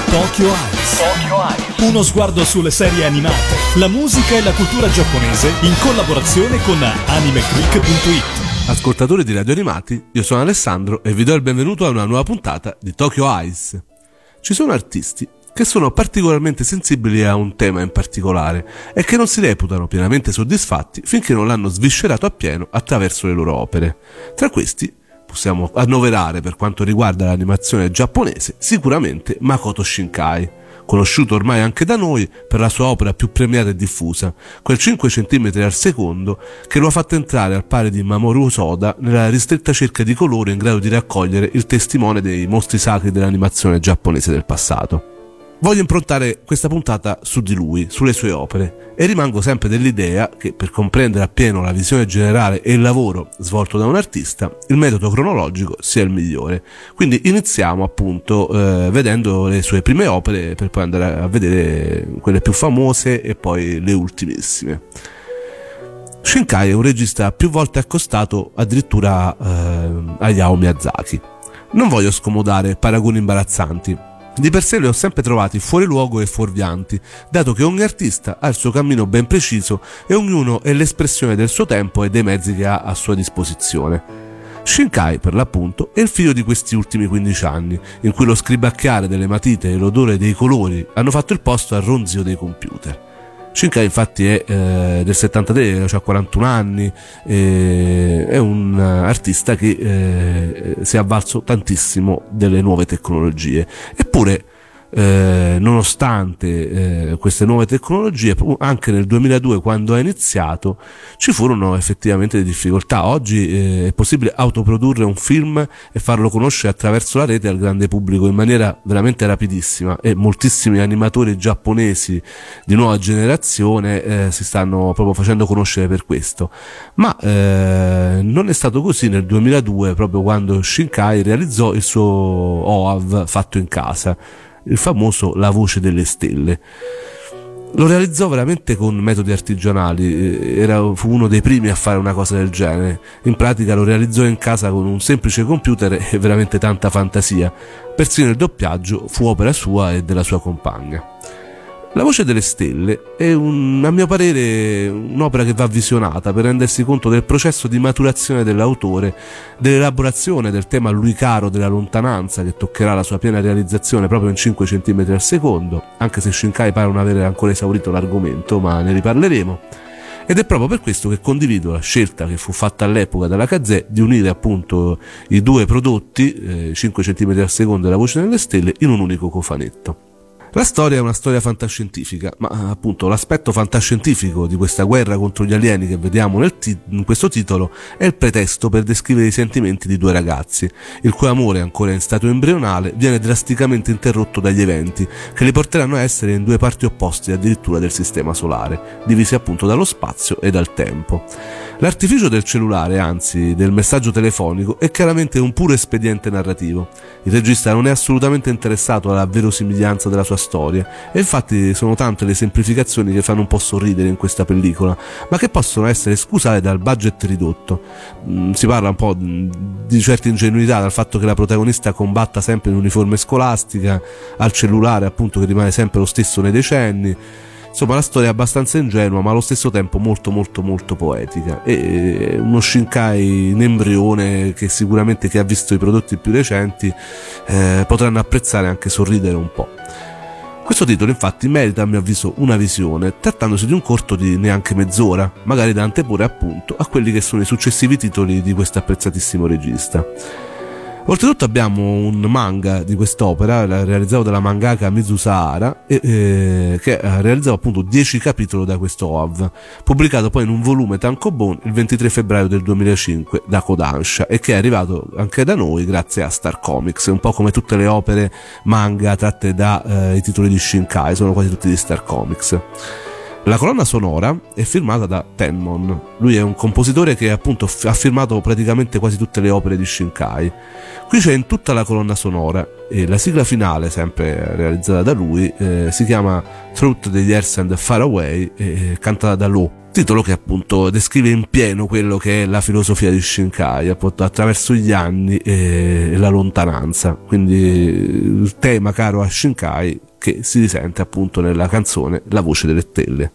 Tokyo Eyes. Uno sguardo sulle serie animate, la musica e la cultura giapponese in collaborazione con animeclick.it. Ascoltatori di Radio Animati, io sono Alessandro e vi do il benvenuto a una nuova puntata di Tokyo Eyes. Ci sono artisti che sono particolarmente sensibili a un tema in particolare e che non si reputano pienamente soddisfatti finché non l'hanno sviscerato appieno attraverso le loro opere. Tra questi possiamo annoverare, per quanto riguarda l'animazione giapponese, sicuramente Makoto Shinkai, conosciuto ormai anche da noi per la sua opera più premiata e diffusa, quel 5 cm al secondo che lo ha fatto entrare al pari di Mamoru Hosoda nella ristretta cerchia di colori in grado di raccogliere il testimone dei mostri sacri dell'animazione giapponese del passato. Voglio improntare questa puntata su di lui, sulle sue opere, e rimango sempre dell'idea che per comprendere appieno la visione generale e il lavoro svolto da un artista, il metodo cronologico sia il migliore. Quindi iniziamo appunto vedendo le sue prime opere per poi andare a vedere quelle più famose e poi le ultimissime. Shinkai è un regista più volte accostato addirittura a Hayao Miyazaki. Non voglio scomodare paragoni imbarazzanti. Di per sé li ho sempre trovati fuori luogo e fuorvianti, dato che ogni artista ha il suo cammino ben preciso e ognuno è l'espressione del suo tempo e dei mezzi che ha a sua disposizione. Shinkai, per l'appunto, è il figlio di questi ultimi 15 anni, in cui lo scribacchiare delle matite e l'odore dei colori hanno fatto il posto al ronzio dei computer. Shinkai infatti è del 73, ha 41 anni, è un artista che si è avvalso tantissimo delle nuove tecnologie, eppure nonostante queste nuove tecnologie, anche nel 2002 quando ha iniziato ci furono effettivamente delle difficoltà. Oggi è possibile autoprodurre un film e farlo conoscere attraverso la rete al grande pubblico in maniera veramente rapidissima, e moltissimi animatori giapponesi di nuova generazione si stanno proprio facendo conoscere per questo. Ma non è stato così nel 2002, proprio quando Shinkai realizzò il suo OAV fatto in casa, il famoso La voce delle stelle. Lo realizzò veramente con metodi artigianali, fu uno dei primi a fare una cosa del genere. In pratica lo realizzò in casa con un semplice computer e veramente tanta fantasia. Persino il doppiaggio fu opera sua e della sua compagna. La voce delle stelle è a mio parere un'opera che va visionata per rendersi conto del processo di maturazione dell'autore, dell'elaborazione del tema a lui caro della lontananza, che toccherà la sua piena realizzazione proprio in 5 cm al secondo, anche se Shinkai pare non avere ancora esaurito l'argomento, ma ne riparleremo. Ed è proprio per questo che condivido la scelta che fu fatta all'epoca dalla Kazé di unire appunto i due prodotti, 5 cm al secondo e la voce delle stelle, in un unico cofanetto. La storia è una storia fantascientifica, ma appunto l'aspetto fantascientifico di questa guerra contro gli alieni che vediamo in questo titolo è il pretesto per descrivere i sentimenti di due ragazzi, il cui amore, ancora in stato embrionale, viene drasticamente interrotto dagli eventi che li porteranno a essere in due parti opposte addirittura del sistema solare, divisi appunto dallo spazio e dal tempo. L'artificio del cellulare, anzi del messaggio telefonico, è chiaramente un puro espediente narrativo. Il regista non è assolutamente interessato alla verosimiglianza della sua storia, e infatti sono tante le semplificazioni che fanno un po' sorridere in questa pellicola, ma che possono essere scusate dal budget ridotto. Si parla un po' di certa ingenuità, dal fatto che la protagonista combatta sempre in uniforme scolastica, al cellulare appunto che rimane sempre lo stesso nei decenni. Insomma, la storia è abbastanza ingenua, ma allo stesso tempo molto molto molto poetica, e uno Shinkai in embrione che sicuramente chi ha visto i prodotti più recenti potranno apprezzare e anche sorridere un po'. Questo titolo infatti merita a mio avviso una visione, trattandosi di un corto di neanche mezz'ora, magari da anteporre appunto a quelli che sono i successivi titoli di questo apprezzatissimo regista. Oltretutto abbiamo un manga di quest'opera realizzato dalla mangaka Mizu Sahara, che ha realizzato appunto 10 capitoli da questo OAV, pubblicato poi in un volume tankobon il 23 febbraio del 2005 da Kodansha, e che è arrivato anche da noi grazie a Star Comics, un po' come tutte le opere manga tratte dai titoli di Shinkai, sono quasi tutti di Star Comics. La colonna sonora è firmata da Tenmon. Lui è un compositore che appunto ha firmato praticamente quasi tutte le opere di Shinkai. Qui c'è in tutta la colonna sonora, e la sigla finale, sempre realizzata da lui, si chiama Through the Years and Far Away, cantata da Lo. titolo che appunto descrive in pieno quello che è la filosofia di Shinkai, appunto attraverso gli anni e la lontananza, quindi il tema caro a Shinkai che si risente appunto nella canzone La voce delle stelle.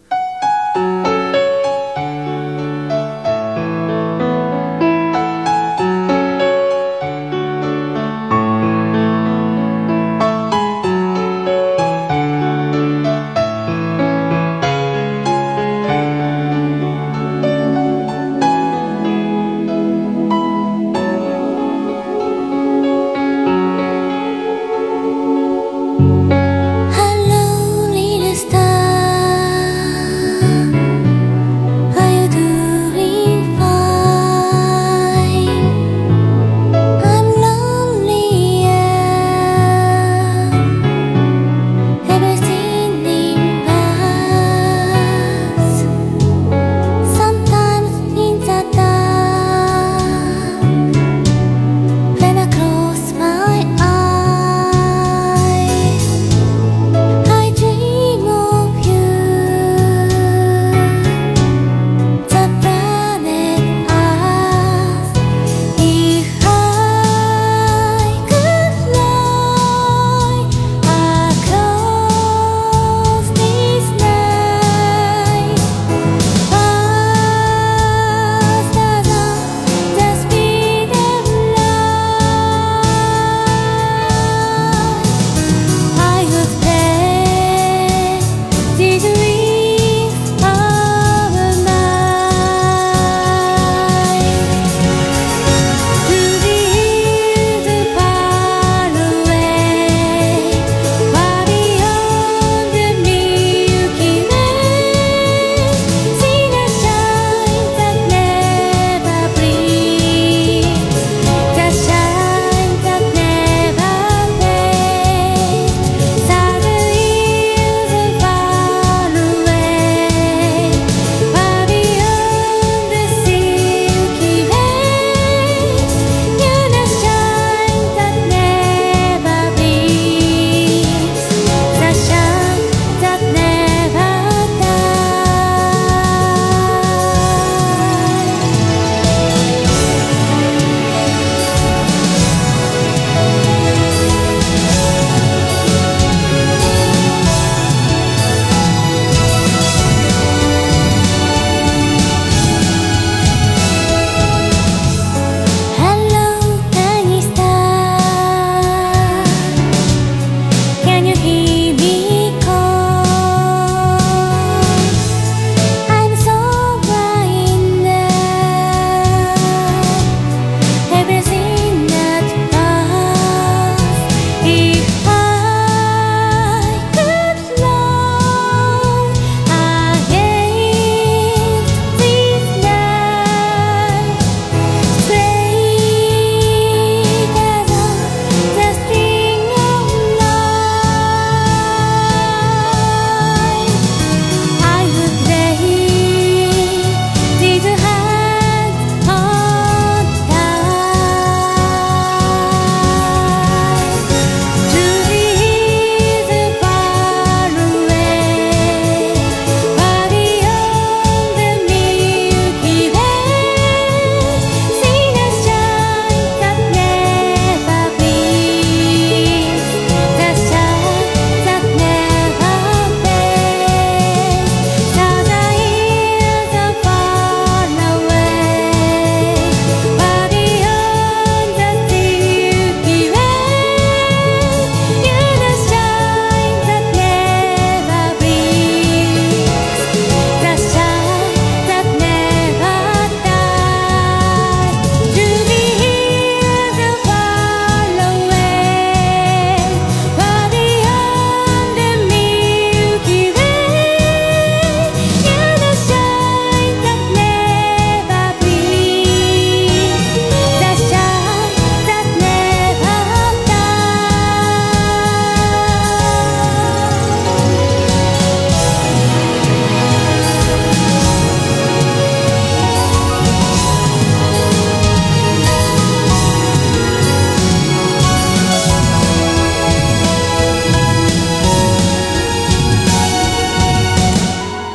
Hello, little star.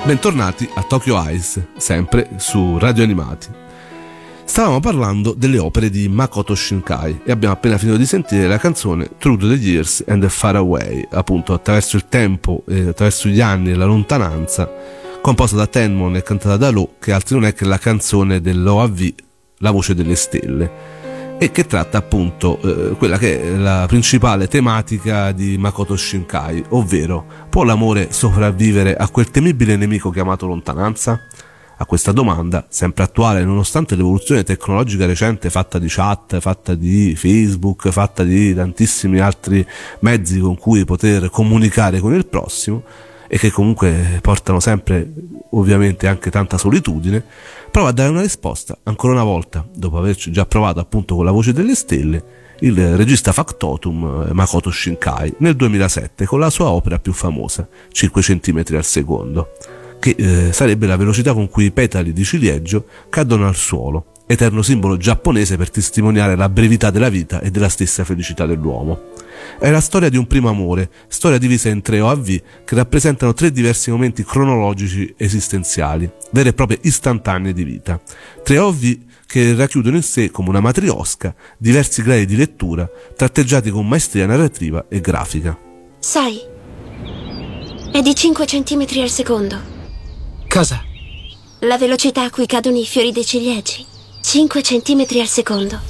Bentornati a Tokyo Eyes, sempre su Radio Animati. Stavamo parlando delle opere di Makoto Shinkai e abbiamo appena finito di sentire la canzone Through the Years and the Far Away, appunto attraverso il tempo e attraverso gli anni e la lontananza, composta da Tenmon e cantata da Lo, che altro non è che la canzone dell'OAV La voce delle stelle, e che tratta appunto quella che è la principale tematica di Makoto Shinkai, ovvero: può l'amore sopravvivere a quel temibile nemico chiamato lontananza? A questa domanda, sempre attuale nonostante l'evoluzione tecnologica recente fatta di chat, fatta di Facebook, fatta di tantissimi altri mezzi con cui poter comunicare con il prossimo, e che comunque portano sempre ovviamente anche tanta solitudine, prova a dare una risposta, ancora una volta, dopo averci già provato appunto con La voce delle stelle, il regista factotum Makoto Shinkai nel 2007 con la sua opera più famosa, 5 cm al secondo, che sarebbe la velocità con cui i petali di ciliegio cadono al suolo, eterno simbolo giapponese per testimoniare la brevità della vita e della stessa felicità dell'uomo. È la storia di un primo amore, storia divisa in 3 OAV che rappresentano 3 diversi momenti cronologici esistenziali, vere e proprie istantanee di vita. 3 OAV che racchiudono in sé, come una matriosca, diversi gradi di lettura, tratteggiati con maestria narrativa e grafica. Sai, è di 5 centimetri al secondo. Cosa? La velocità a cui cadono i fiori dei ciliegi. 5 centimetri al secondo.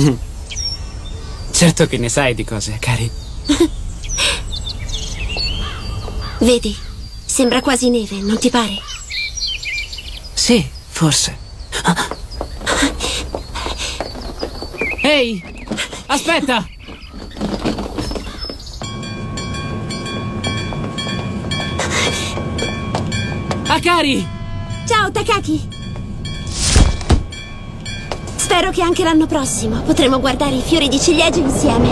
Certo che ne sai di cose, Akari. Vedi, sembra quasi neve, non ti pare? Sì, forse. Ehi, aspetta! Akari! Ciao, Takaki! Spero che anche l'anno prossimo potremo guardare i fiori di ciliegio insieme.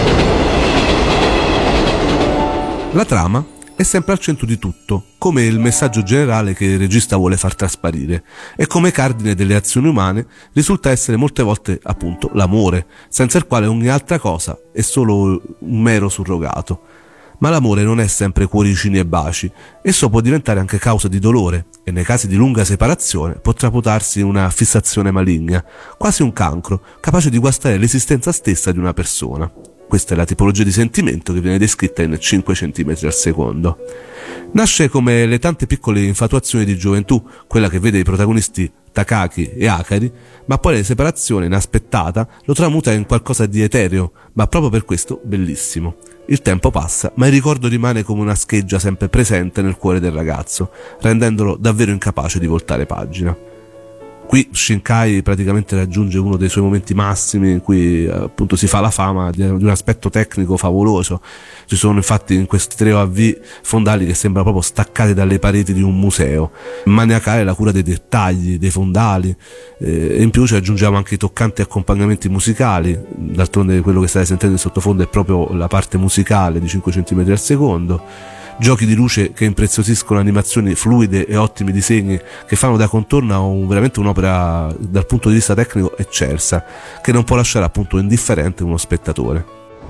La trama è sempre al centro di tutto, come il messaggio generale che il regista vuole far trasparire, e come cardine delle azioni umane risulta essere molte volte appunto l'amore, senza il quale ogni altra cosa è solo un mero surrogato. Ma l'amore non è sempre cuoricini e baci, esso può diventare anche causa di dolore e nei casi di lunga separazione può tramutarsi in una fissazione maligna, quasi un cancro, capace di guastare l'esistenza stessa di una persona. Questa è la tipologia di sentimento che viene descritta in 5 cm al secondo. Nasce come le tante piccole infatuazioni di gioventù, quella che vede i protagonisti Takaki e Akari, ma poi la separazione inaspettata lo tramuta in qualcosa di etereo, ma proprio per questo bellissimo. Il tempo passa, ma il ricordo rimane come una scheggia sempre presente nel cuore del ragazzo, rendendolo davvero incapace di voltare pagina. Qui Shinkai praticamente raggiunge uno dei suoi momenti massimi in cui appunto si fa la fama di un aspetto tecnico favoloso. Ci sono infatti in questi 3 OAV fondali che sembrano proprio staccati dalle pareti di un museo, maniacale la cura dei dettagli, dei fondali, e in più ci aggiungiamo anche i toccanti accompagnamenti musicali. D'altronde quello che state sentendo in sottofondo è proprio la parte musicale di 5 cm al secondo. Giochi di luce che impreziosiscono, animazioni fluide e ottimi disegni che fanno da contorno a veramente un'opera dal punto di vista tecnico eccelsa, che non può lasciare appunto indifferente uno spettatore.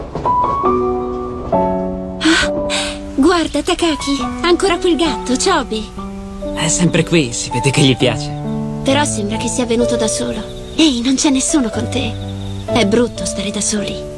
Guarda, Takaki, ancora quel gatto, Chobi. È sempre qui, si vede che gli piace. Però sembra che sia venuto da solo. Ehi, non c'è nessuno con te. È brutto stare da soli.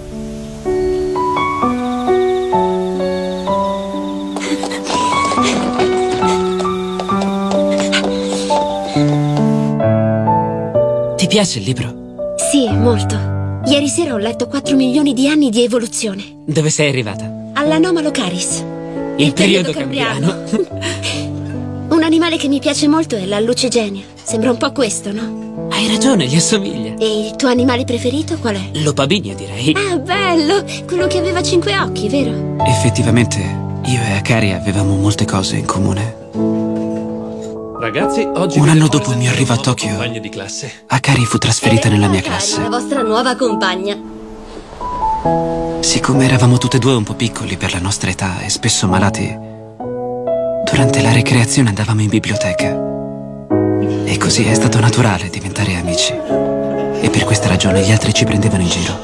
Ti piace il libro? Sì, molto. Ieri sera ho letto 4 milioni di anni di evoluzione. Dove sei arrivata? All'anomalo Caris. Il periodo cambriano. Un animale che mi piace molto è la lucigenia. Sembra un po' questo, no? Hai ragione, gli assomiglia. E il tuo animale preferito qual è? L'opabigno, direi. Ah, bello! Quello che aveva 5 occhi, vero? Effettivamente, io e Akari avevamo molte cose in comune. Ragazzi, oggi un anno dopo il mio arrivo a Tokyo, di classe. Akari fu trasferita nella mia classe. La vostra nuova compagna. Siccome eravamo tutte e due un po' piccoli per la nostra età e spesso malati, durante la ricreazione andavamo in biblioteca. E così è stato naturale diventare amici. E per questa ragione gli altri ci prendevano in giro.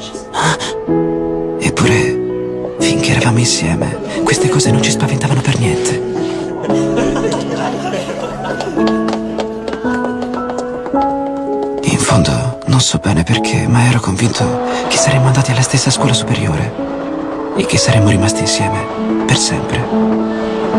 Eppure, finché eravamo insieme, queste cose non ci spaventavano per niente. Non so bene perché, ma ero convinto che saremmo andati alla stessa scuola superiore e che saremmo rimasti insieme per sempre.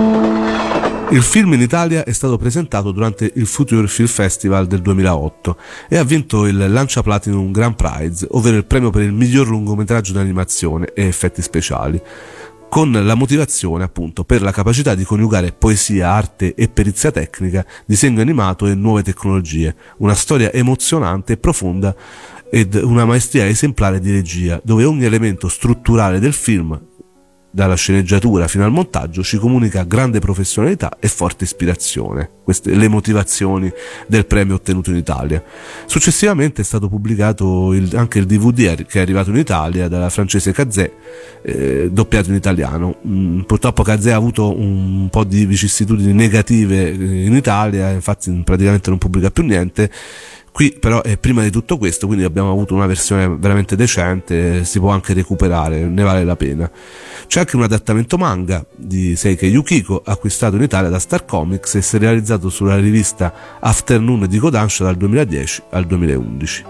Il film in Italia è stato presentato durante il Future Film Festival del 2008 e ha vinto il Lancia Platinum Grand Prize, ovvero il premio per il miglior lungometraggio di animazione e effetti speciali, con la motivazione appunto per la capacità di coniugare poesia, arte e perizia tecnica, disegno animato e nuove tecnologie, una storia emozionante e profonda ed una maestria esemplare di regia, dove ogni elemento strutturale del film, dalla sceneggiatura fino al montaggio, ci comunica grande professionalità e forte ispirazione. Queste le motivazioni del premio ottenuto in Italia. Successivamente è stato pubblicato anche il DVD che è arrivato in Italia dalla francese Kazé, doppiato in italiano. Purtroppo Kazé ha avuto un po' di vicissitudini negative in Italia, infatti praticamente non pubblica più niente. Qui però è prima di tutto questo, quindi abbiamo avuto una versione veramente decente, si può anche recuperare, ne vale la pena. C'è anche un adattamento manga di Seike Yukiko, acquistato in Italia da Star Comics e serializzato sulla rivista Afternoon di Kodansha dal 2010 al 2011.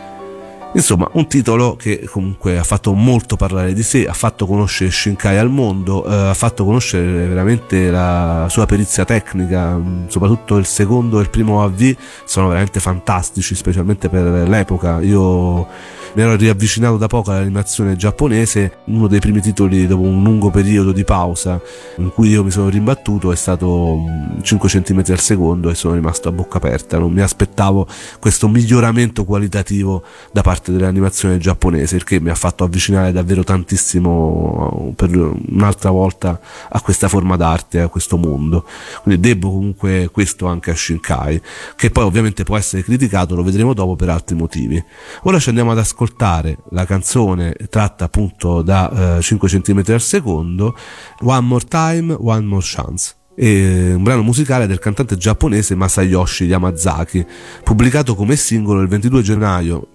Insomma, un titolo che comunque ha fatto molto parlare di sé, ha fatto conoscere Shinkai al mondo, ha fatto conoscere veramente la sua perizia tecnica, soprattutto il secondo e il primo AV sono veramente fantastici, specialmente per l'epoca. Io mi ero riavvicinato da poco all'animazione giapponese, uno dei primi titoli dopo un lungo periodo di pausa in cui io mi sono rimbattuto è stato 5 cm al secondo e sono rimasto a bocca aperta. Non mi aspettavo questo miglioramento qualitativo da parte dell'animazione giapponese, il che mi ha fatto avvicinare davvero tantissimo per un'altra volta a questa forma d'arte, a questo mondo. Quindi debbo comunque questo anche a Shinkai, che poi ovviamente può essere criticato, lo vedremo dopo, per altri motivi. Ora ci andiamo ad ascoltare la canzone tratta appunto da 5 cm al secondo, One More Time, One More Chance, è un brano musicale del cantante giapponese Masayoshi Yamazaki, pubblicato come singolo il 22 gennaio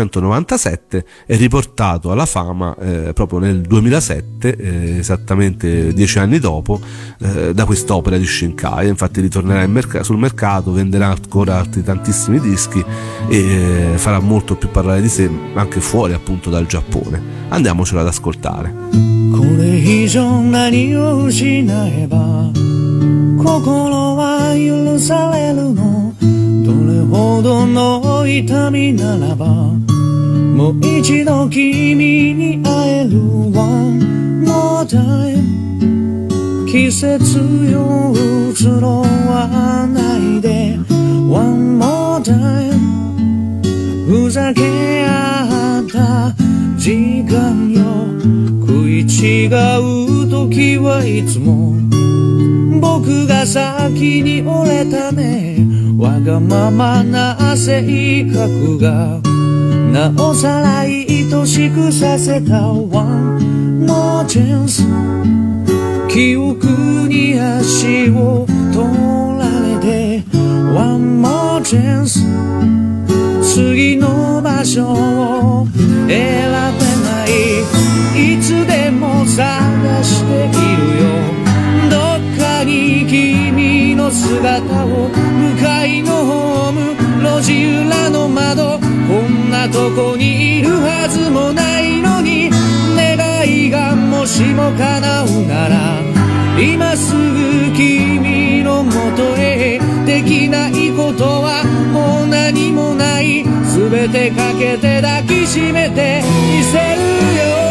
1997 e riportato alla fama proprio nel 2007, esattamente 10 anni dopo, da quest'opera di Shinkai. Infatti ritornerà sul mercato, venderà ancora altri tantissimi dischi e farà molto più parlare di sé anche fuori appunto dal Giappone. Andiamocelo ad ascoltare. 心は許されるのどれほどの痛みならばもう一度君に会える One more time 季節よ移ろわないで One more time ふざけ合った時間よ食い違う時はいつも僕が先に折れたねわがままな性格がなおさら愛しくさせた One more chance 記憶に足を取られて One more chance 次の場所を選べないいつでも探しているよ君の姿を向かいのホーム路地裏の窓こんなとこにいるはずもないのに願いがもしも叶うなら今すぐ君のもとへできないことはもう何もない全てかけて抱きしめてみせるよ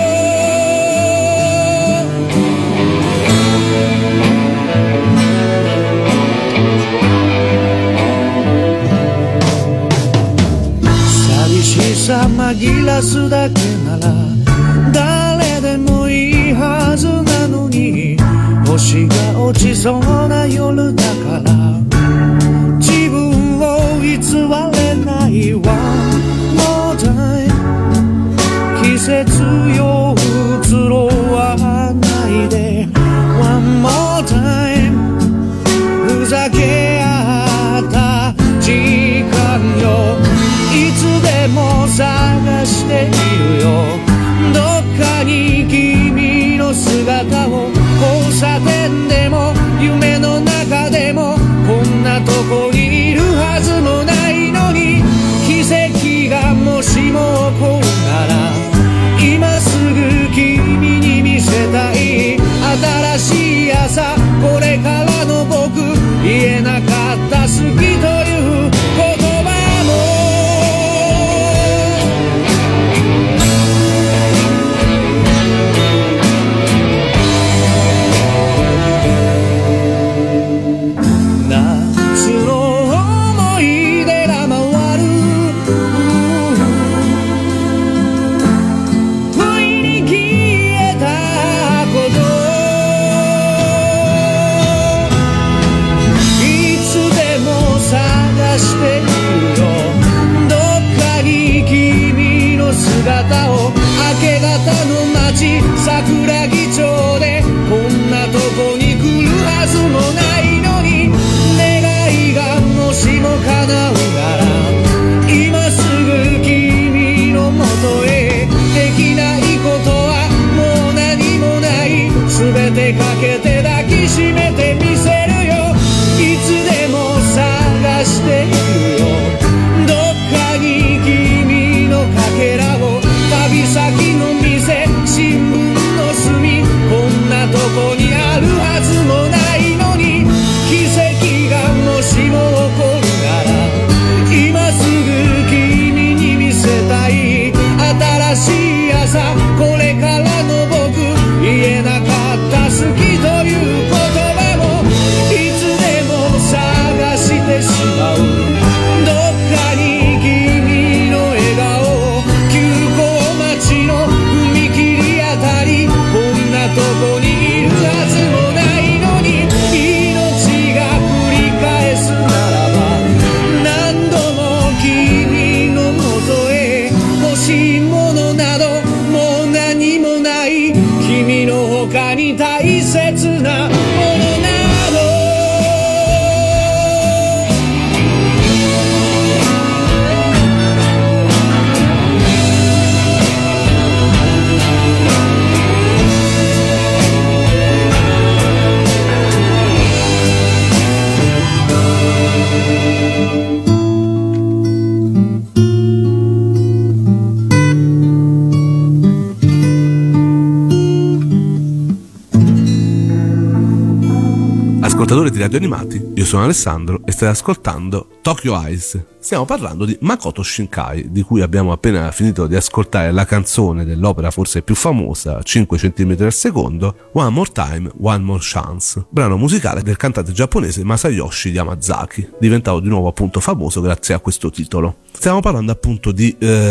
さ紛らすだけなら誰でもいいはずなのに星が落ちそうな夜だから自分を偽れない One more time 季節よ移ろわないで One more time ふざけ合った時間よいつでも探しているよどっかに君の姿を交差点でも夢の中でもこんなとこにいるはずもないのに奇跡がもしい朝これからの僕言えなかった好きという言葉夏の思い出が回る不意に消えたこといつでも探しているよどっかに君の姿を明け方の街桜木町でこんなとこに来るはずもないのに願いがもしも叶うなら今すぐ君のもとへできないことはもう何もない全てかけて抱きしめてみせるよいつでも探しているよどっかに君のかけらを旅先の店新聞の隅こんなとこにあるはずもないのに奇跡がもしも起こるなら今すぐ君に見せたい新しい朝これからの僕言えなかった好きという言葉もいつでも探してしまうどっかに君の笑顔急行待ちの踏切あたりこんなとこにいるはずもないのに命が繰り返すならば何度も君のもとへ欲しいものなどもう何もない君の他に大切なものなど Ascoltatori di Radio Animati, io sono Alessandro e state ascoltando Tokyo Eyes. Stiamo parlando di Makoto Shinkai, di cui abbiamo appena finito di ascoltare la canzone dell'opera forse più famosa, 5 cm al secondo, One More Time, One More Chance, brano musicale del cantante giapponese Masayoshi Yamazaki, diventato di nuovo appunto famoso grazie a questo titolo. Stiamo parlando appunto di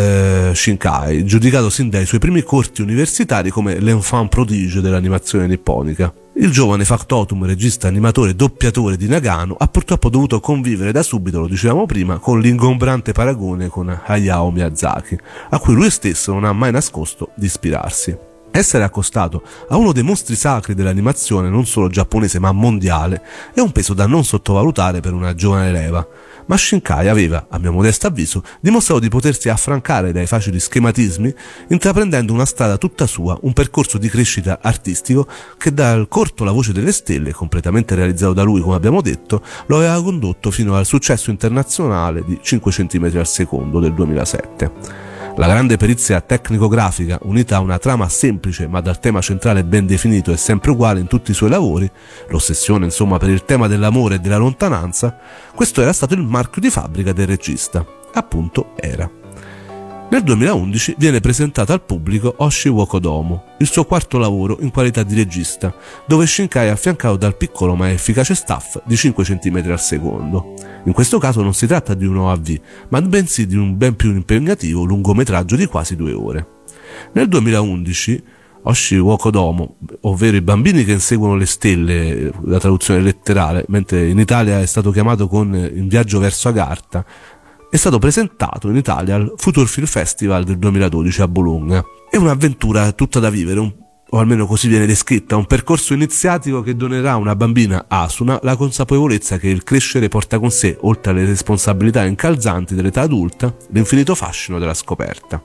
Shinkai, giudicato sin dai suoi primi corsi universitari come l'enfant prodige dell'animazione nipponica. Il giovane factotum, regista, animatore e doppiatore di Nagano ha purtroppo dovuto convivere da subito, lo dicevamo prima, con l'ingombrante paragone con Hayao Miyazaki, a cui lui stesso non ha mai nascosto di ispirarsi. Essere accostato a uno dei mostri sacri dell'animazione non solo giapponese ma mondiale è un peso da non sottovalutare per una giovane leva, ma Shinkai aveva, a mio modesto avviso, dimostrato di potersi affrancare dai facili schematismi intraprendendo una strada tutta sua, un percorso di crescita artistico che dal corto La voce delle stelle, completamente realizzato da lui come abbiamo detto, lo aveva condotto fino al successo internazionale di 5 cm al secondo del 2007. La grande perizia tecnico-grafica, unita a una trama semplice ma dal tema centrale ben definito e sempre uguale in tutti i suoi lavori, l'ossessione insomma per il tema dell'amore e della lontananza, questo era stato il marchio di fabbrica del regista. Appunto era. Nel 2011 viene presentato al pubblico Oshi Wokodomo, il suo quarto lavoro in qualità di regista, dove Shinkai è affiancato dal piccolo ma efficace staff di 5 cm al secondo. In questo caso non si tratta di un OAV, ma bensì di un ben più impegnativo lungometraggio di quasi 2 ore. Nel 2011 Oshi Wokodomo, ovvero I bambini che inseguono le stelle, la traduzione letterale, mentre in Italia è stato chiamato con In viaggio verso Agartha, è stato presentato in Italia al Future Film Festival del 2012 a Bologna. È un'avventura tutta da vivere, o almeno così viene descritta, un percorso iniziatico che donerà a una bambina Asuna la consapevolezza che il crescere porta con sé, oltre alle responsabilità incalzanti dell'età adulta, l'infinito fascino della scoperta.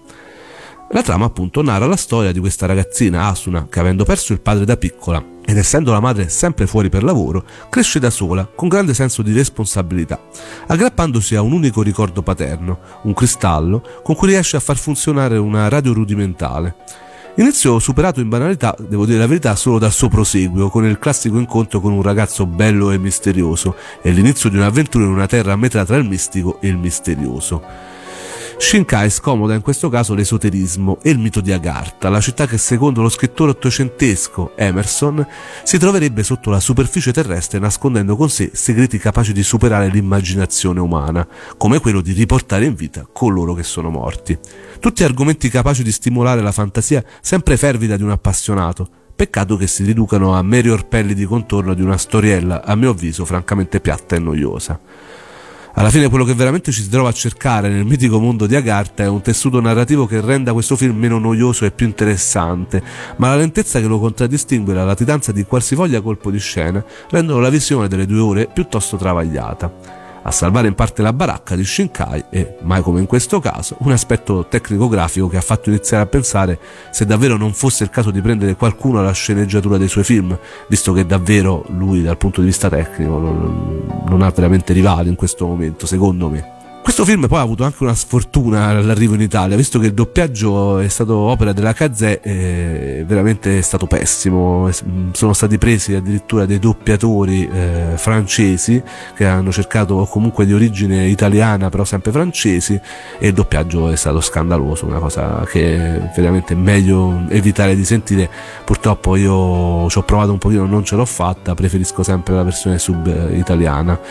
La trama appunto narra la storia di questa ragazzina Asuna che, avendo perso il padre da piccola ed essendo la madre sempre fuori per lavoro, cresce da sola con grande senso di responsabilità, aggrappandosi a un unico ricordo paterno, un cristallo con cui riesce a far funzionare una radio rudimentale. Iniziò superato in banalità, devo dire la verità, solo dal suo proseguio, con il classico incontro con un ragazzo bello e misterioso e l'inizio di un'avventura in una terra a metà tra il mistico e il misterioso. Shinkai scomoda in questo caso l'esoterismo e il mito di Agartha, la città che secondo lo scrittore ottocentesco Emerson si troverebbe sotto la superficie terrestre nascondendo con sé segreti capaci di superare l'immaginazione umana, come quello di riportare in vita coloro che sono morti. Tutti argomenti capaci di stimolare la fantasia sempre fervida di un appassionato. Peccato che si riducano a meri orpelli di contorno di una storiella, a mio avviso, francamente piatta e noiosa. Alla fine quello che veramente ci si trova a cercare nel mitico mondo di Agartha è un tessuto narrativo che renda questo film meno noioso e più interessante, ma la lentezza che lo contraddistingue e la latitanza di qualsivoglia colpo di scena rendono la visione delle 2 ore piuttosto travagliata. A salvare in parte la baracca di Shinkai e, mai come in questo caso, un aspetto tecnico-grafico che ha fatto iniziare a pensare se davvero non fosse il caso di prendere qualcuno alla sceneggiatura dei suoi film, visto che davvero lui dal punto di vista tecnico non ha veramente rivali in questo momento, secondo me. Questo film poi ha avuto anche una sfortuna all'arrivo in Italia, visto che il doppiaggio è stato opera della Cazè e veramente è stato pessimo. Sono stati presi addirittura dei doppiatori francesi che hanno cercato comunque di origine italiana però sempre francesi, e il doppiaggio è stato scandaloso, una cosa che veramente è meglio evitare di sentire. Purtroppo io ci ho provato un pochino, non ce l'ho fatta, preferisco sempre la versione sub italiana.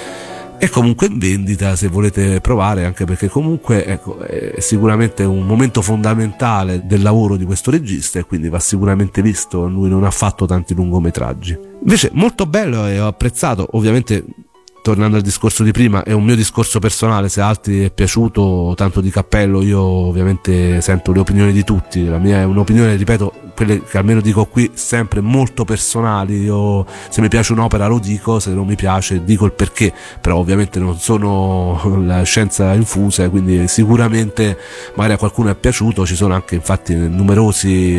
È comunque in vendita se volete provare, anche perché comunque è sicuramente un momento fondamentale del lavoro di questo regista e quindi va sicuramente visto. Lui non ha fatto tanti lungometraggi. Invece molto bello e ho apprezzato, ovviamente tornando al discorso di prima, è un mio discorso personale, se a altri è piaciuto tanto di cappello, io ovviamente sento le opinioni di tutti, la mia è un'opinione, ripeto, quelle che almeno dico qui sempre molto personali. Io se mi piace un'opera lo dico, se non mi piace dico il perché, però ovviamente non sono la scienza infusa, quindi sicuramente magari a qualcuno è piaciuto. Ci sono anche infatti numerosi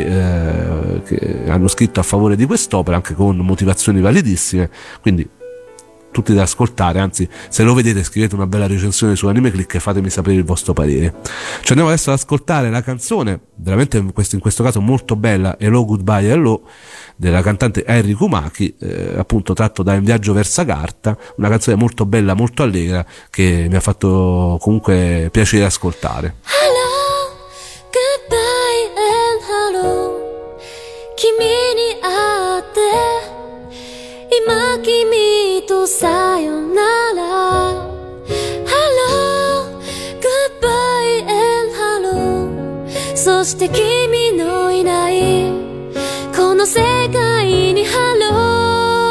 che hanno scritto a favore di quest'opera anche con motivazioni validissime, quindi tutti da ascoltare. Anzi, se lo vedete scrivete una bella recensione su Anime Click e fatemi sapere il vostro parere. Ci andiamo adesso ad ascoltare la canzone veramente in questo caso molto bella, Hello Goodbye Hello, della cantante Eri Kumaki, appunto tratto da In viaggio verso Agartha, una canzone molto bella, molto allegra, che mi ha fatto comunque piacere ascoltare. Hello, goodbye and hello, 君に会って今君とさよなら Hello, goodbye and hello そして君のいないこの世界に Hello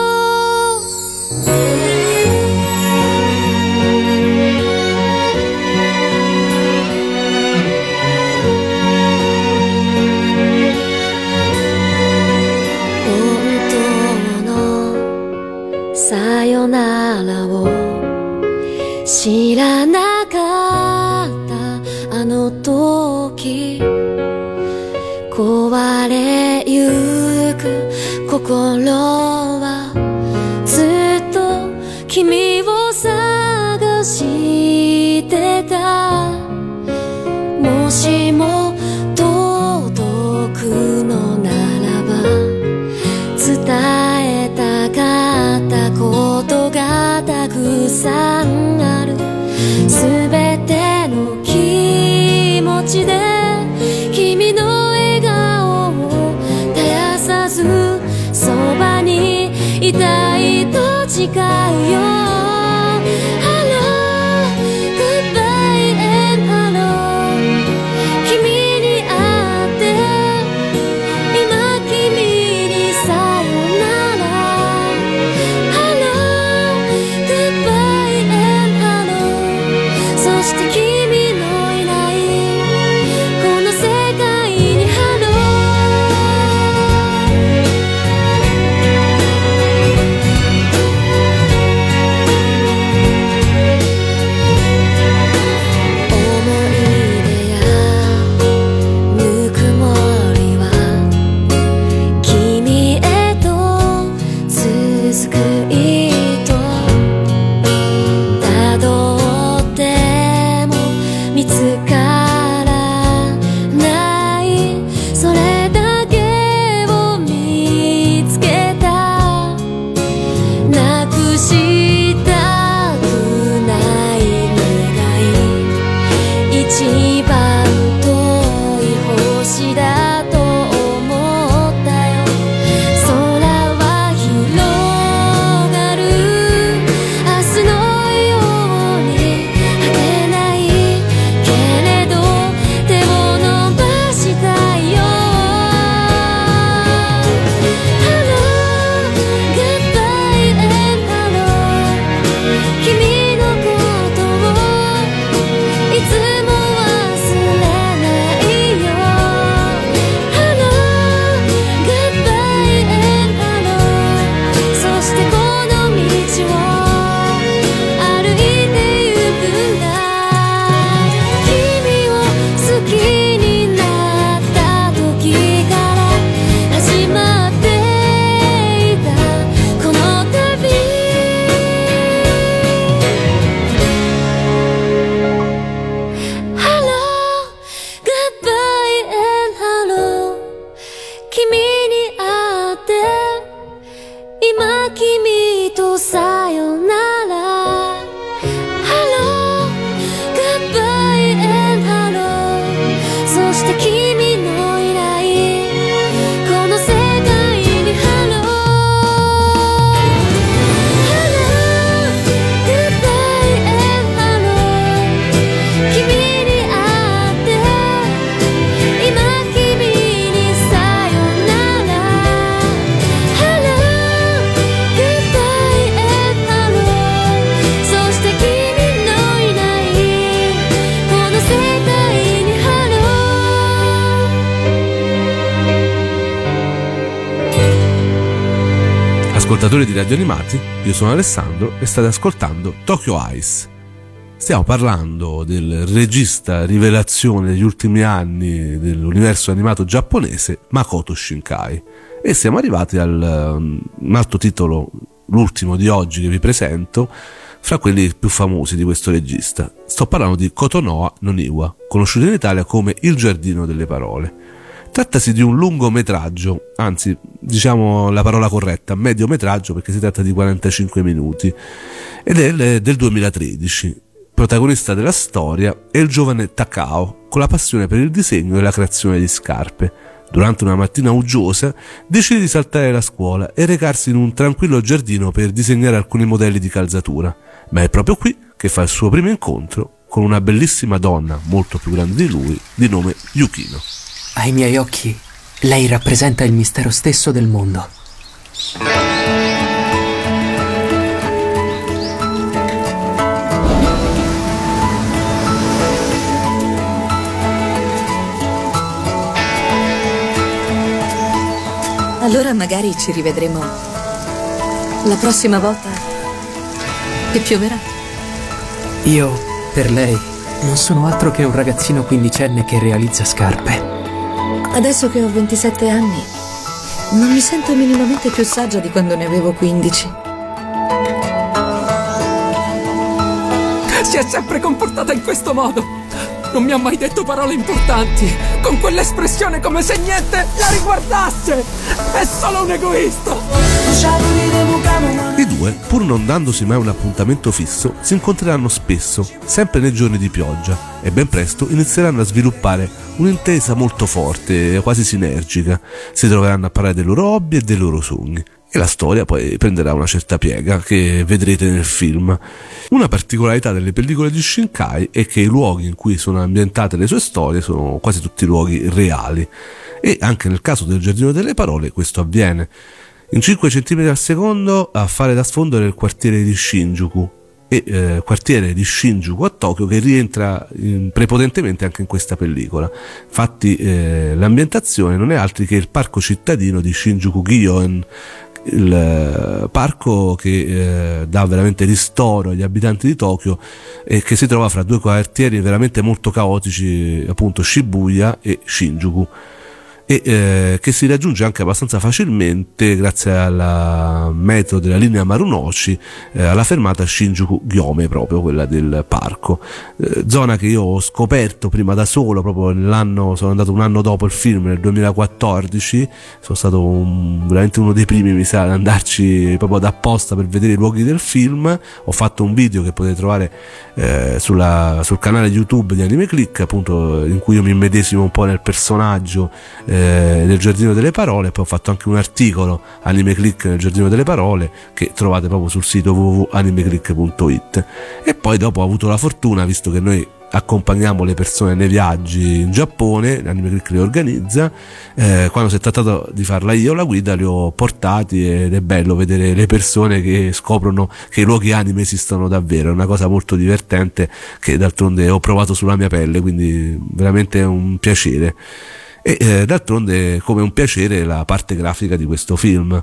さよならを知らなかったあの時壊れゆく心はずっと君を探してたもしも届くのならば伝えたかったことがたくさんあるすべての気持ちで君の笑顔を絶やさずそばにいたいと誓うよ Hello, goodbye and hello 君に会って今君にさよならそして君のいないこの世界に Hello 「 Ascoltatori di Radio Animati, io sono Alessandro e state ascoltando Tokyo Eyes. Stiamo parlando del regista rivelazione degli ultimi anni dell'universo animato giapponese Makoto Shinkai e siamo arrivati al un altro titolo, l'ultimo di oggi che vi presento, fra quelli più famosi di questo regista. Sto parlando di Kotonoha no Niwa, conosciuto in Italia come Il giardino delle parole. Trattasi di un lungometraggio, anzi diciamo la parola corretta, mediometraggio, perché si tratta di 45 minuti ed è del 2013. Protagonista della storia è il giovane Takao, con la passione per il disegno e la creazione di scarpe. Durante una mattina uggiosa decide di saltare la scuola e recarsi in un tranquillo giardino per disegnare alcuni modelli di calzatura, ma è proprio qui che fa il suo primo incontro con una bellissima donna molto più grande di lui, di nome Yukino. Ai miei occhi, lei rappresenta il mistero stesso del mondo. Allora magari ci rivedremo la prossima volta che pioverà. Io, per lei, non sono altro che un ragazzino quindicenne che realizza scarpe. Adesso che ho 27 anni, non mi sento minimamente più saggia di quando ne avevo 15. Si è sempre comportata in questo modo. Non mi ha mai detto parole importanti, con quell'espressione come se niente la riguardasse. È solo un egoista. I due, pur non dandosi mai un appuntamento fisso, si incontreranno spesso, sempre nei giorni di pioggia, e ben presto inizieranno a sviluppare un'intesa molto forte, quasi sinergica. Si troveranno a parlare dei loro hobby e dei loro sogni. E la storia poi prenderà una certa piega che vedrete nel film. Una particolarità delle pellicole di Shinkai è che i luoghi in cui sono ambientate le sue storie sono quasi tutti luoghi reali, e anche nel caso del giardino delle parole questo avviene. In 5 cm al secondo a fare da sfondo era il quartiere di Shinjuku, e quartiere di Shinjuku a Tokyo, che rientra prepotentemente anche in questa pellicola. Infatti l'ambientazione non è altro che il parco cittadino di Shinjuku-gyoen, il parco che dà veramente ristoro agli abitanti di Tokyo e che si trova fra due quartieri veramente molto caotici, appunto Shibuya e Shinjuku, e che si raggiunge anche abbastanza facilmente grazie alla metro della linea Marunouchi, alla fermata Shinjuku-Gyome, proprio quella del parco, zona che io ho scoperto prima da solo, proprio sono andato un anno dopo il film, nel 2014, sono stato veramente uno dei primi, mi sa, ad andarci proprio ad apposta per vedere i luoghi del film. Ho fatto un video che potete trovare sul canale YouTube di Anime Click, appunto, in cui io mi immedesimo un po' nel personaggio del giardino delle parole. Poi ho fatto anche un articolo, Anime Click nel giardino delle parole, che trovate proprio sul sito www.animeclick.it. E poi dopo ho avuto la fortuna, visto che noi accompagniamo le persone nei viaggi in Giappone, Anime Click li organizza, quando si è trattato di farla io la guida li ho portati, ed è bello vedere le persone che scoprono che i luoghi anime esistono davvero. È una cosa molto divertente che d'altronde ho provato sulla mia pelle, quindi veramente è un piacere. E d'altronde, come un piacere, la parte grafica di questo film.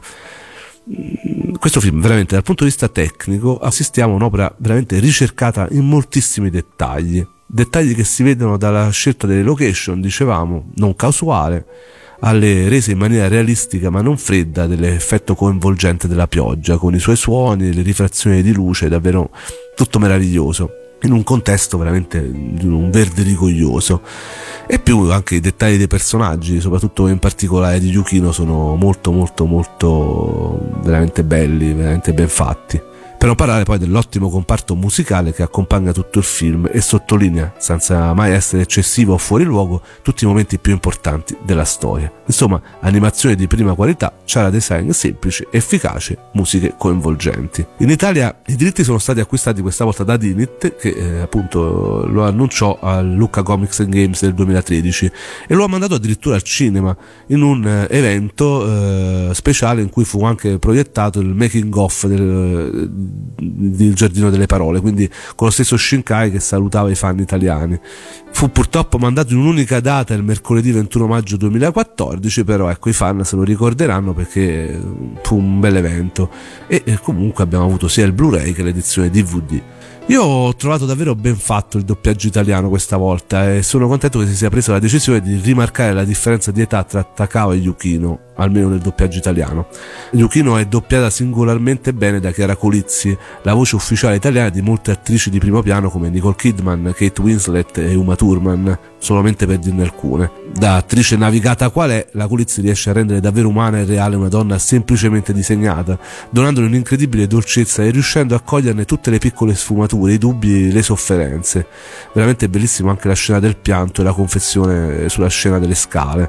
Questo film, veramente, dal punto di vista tecnico, assistiamo a un'opera veramente ricercata in moltissimi dettagli che si vedono dalla scelta delle location, dicevamo, non casuale, alle rese in maniera realistica ma non fredda dell'effetto coinvolgente della pioggia, con i suoi suoni, le rifrazioni di luce, davvero tutto meraviglioso, in un contesto veramente di un verde rigoglioso. E più anche i dettagli dei personaggi, soprattutto in particolare di Yukino, sono molto molto molto veramente belli, veramente ben fatti. Per non parlare poi dell'ottimo comparto musicale che accompagna tutto il film e sottolinea, senza mai essere eccessivo o fuori luogo, tutti i momenti più importanti della storia. Insomma, animazione di prima qualità, chara design semplice, efficace, musiche coinvolgenti. In Italia i diritti sono stati acquistati questa volta da Dinit, che appunto lo annunciò al Lucca Comics and Games del 2013 e lo ha mandato addirittura al cinema in un evento speciale in cui fu anche proiettato il making of Il Giardino delle Parole, quindi con lo stesso Shinkai che salutava i fan italiani. Fu purtroppo mandato in un'unica data, il mercoledì 21 maggio 2014, però ecco, i fan se lo ricorderanno perché fu un bel evento, e comunque abbiamo avuto sia il Blu-ray che l'edizione DVD. Io ho trovato davvero ben fatto il doppiaggio italiano questa volta e sono contento che si sia presa la decisione di rimarcare la differenza di età tra Takao e Yukino, almeno nel doppiaggio italiano. Yukino è doppiata singolarmente bene da Chiara Colizzi, la voce ufficiale italiana di molte attrici di primo piano come Nicole Kidman, Kate Winslet e Uma Thurman, solamente per dirne alcune. Da attrice navigata qual è, la Colizzi riesce a rendere davvero umana e reale una donna semplicemente disegnata, donandole un'incredibile dolcezza e riuscendo a coglierne tutte le piccole sfumature, i dubbi, le sofferenze. Veramente bellissimo anche la scena del pianto e la confessione sulla scena delle scale.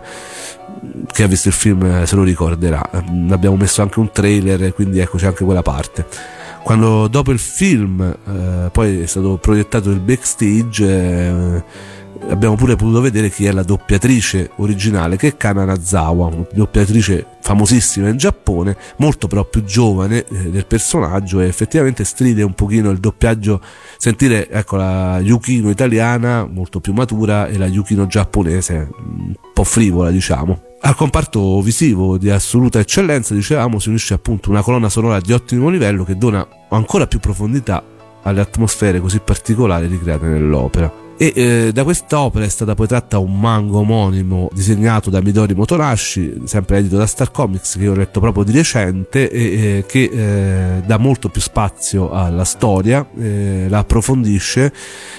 Chi ha visto il film se lo ricorderà, abbiamo messo anche un trailer, quindi ecco, c'è anche quella parte. Quando dopo il film poi è stato proiettato il backstage, abbiamo pure potuto vedere chi è la doppiatrice originale, che è Kana Nazawa, una doppiatrice famosissima in Giappone, molto però più giovane del personaggio, e effettivamente stride un pochino il doppiaggio, sentire ecco la Yukino italiana molto più matura e la Yukino giapponese un po' frivola, diciamo. Al comparto visivo di assoluta eccellenza, dicevamo, si unisce appunto una colonna sonora di ottimo livello che dona ancora più profondità alle atmosfere così particolari ricreate nell'opera. E da quest'opera è stata poi tratta un manga omonimo disegnato da Midori Motonashi, sempre edito da Star Comics, che io ho letto proprio di recente, e che dà molto più spazio alla storia, la approfondisce,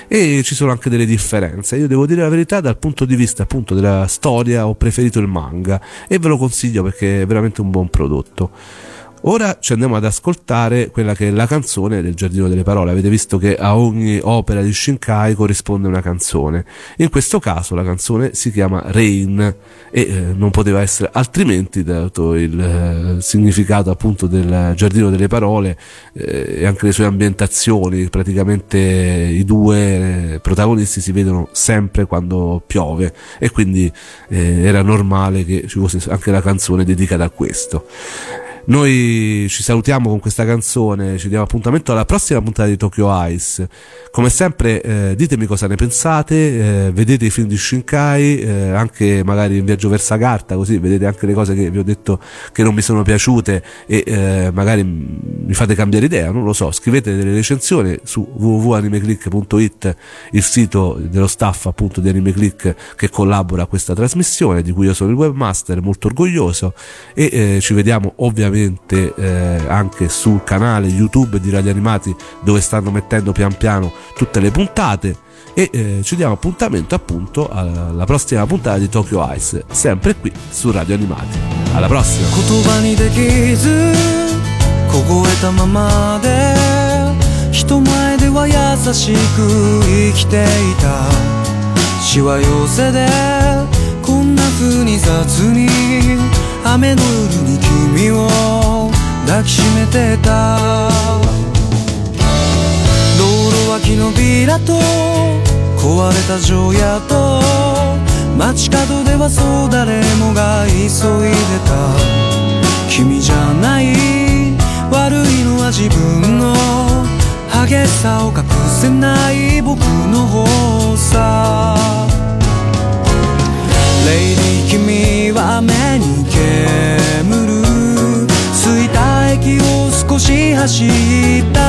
e ci sono anche delle differenze. Io devo dire la verità, dal punto di vista appunto della storia ho preferito il manga e ve lo consiglio perché è veramente un buon prodotto. Ora ci andiamo ad ascoltare quella che è la canzone del Giardino delle Parole. Avete visto che a ogni opera di Shinkai corrisponde una canzone. In questo caso la canzone si chiama Rain e non poteva essere altrimenti, dato il significato appunto del Giardino delle Parole e anche le sue ambientazioni. Praticamente i due protagonisti si vedono sempre quando piove e quindi era normale che ci fosse anche la canzone dedicata a questo. Noi ci salutiamo con questa canzone, ci diamo appuntamento alla prossima puntata di Tokyo Eyes. Come sempre ditemi cosa ne pensate, vedete i film di Shinkai, anche magari in Viaggio verso Agartha, così vedete anche le cose che vi ho detto che non mi sono piaciute e magari mi fate cambiare idea, non lo so. Scrivete delle recensioni su www.animeclick.it, il sito dello staff appunto di Animeclick che collabora a questa trasmissione, di cui io sono il webmaster, molto orgoglioso, e ci vediamo ovviamente anche sul canale YouTube di Radio Animati, dove stanno mettendo pian piano tutte le puntate, e ci diamo appuntamento appunto alla prossima puntata di Tokyo Eyes, sempre qui su Radio Animati. Alla prossima. 言葉にできず凍えたままで人前では優しく生きていたしわ寄せでこんな風に雑に雨の夜に君を抱きしめてた道路脇のビラと壊れた城屋と街角ではそう誰もが急いでた君じゃない悪いのは自分の激しさを隠せない僕の方さレイディ君は目に煙るついた駅を少し走った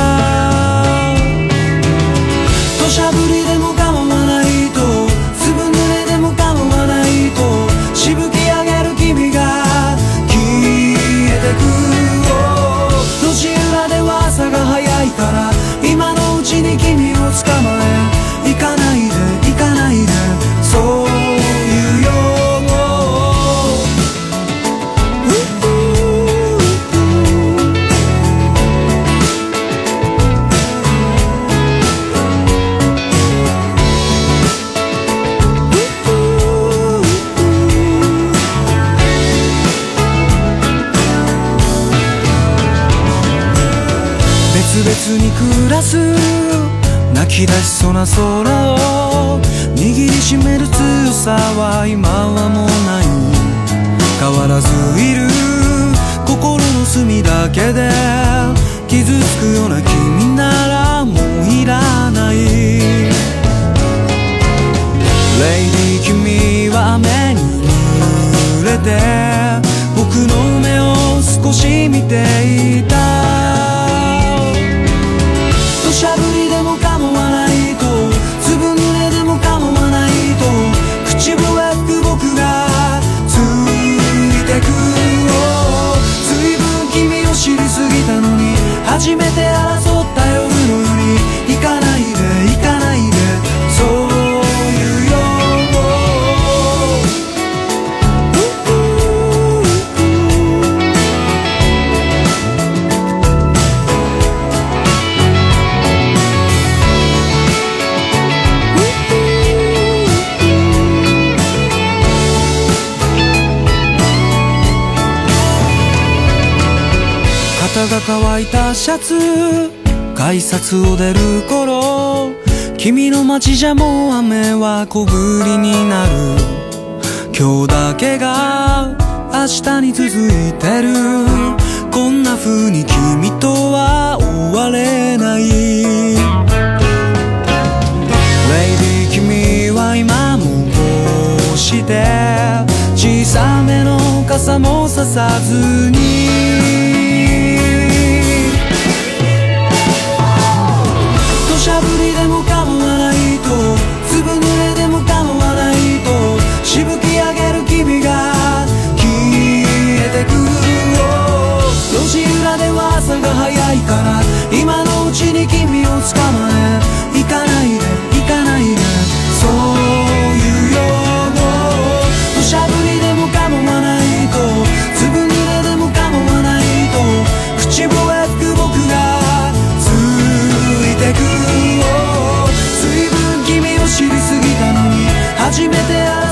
土砂降りでも構わないとずぶ濡れでも構わないとしぶき上げる君が消えてく路地裏では朝が早いから今のうちに君を捕まえ行かないで行かないでそういうよ別々に暮らす泣き出しそうな空を握りしめる強さは今はもうない変わらずいる心の隅だけで傷つくような君は目に濡れて僕の目を少し見ていた。土砂降りでも構わないと、ずぶ濡れでも構わないと、口笛吹く僕がついてく。ずいぶん君を知りすぎたのに、初めて争った夜のように、行かないで行かないで、そう言うよ。肩が乾いたシャツ、改札を出る頃、君の街じゃもう雨は小降りになる。今日だけが明日に続いてる。こんな風に君とは終われない。レイディ君は今もこうして小さめの傘もささずに、土砂降りでも構わないと、ずぶ濡れでも構わないと、しぶき上げる君が消えてく。路地裏では朝が早いから、今のうちに君を捕まえ、行かないで行かないで、そういうよ。土砂降りでも構わないと、ずぶ濡れでも構わないと、口笛吹く僕がついてく。ずいぶん君を知りすぎたのに、初めて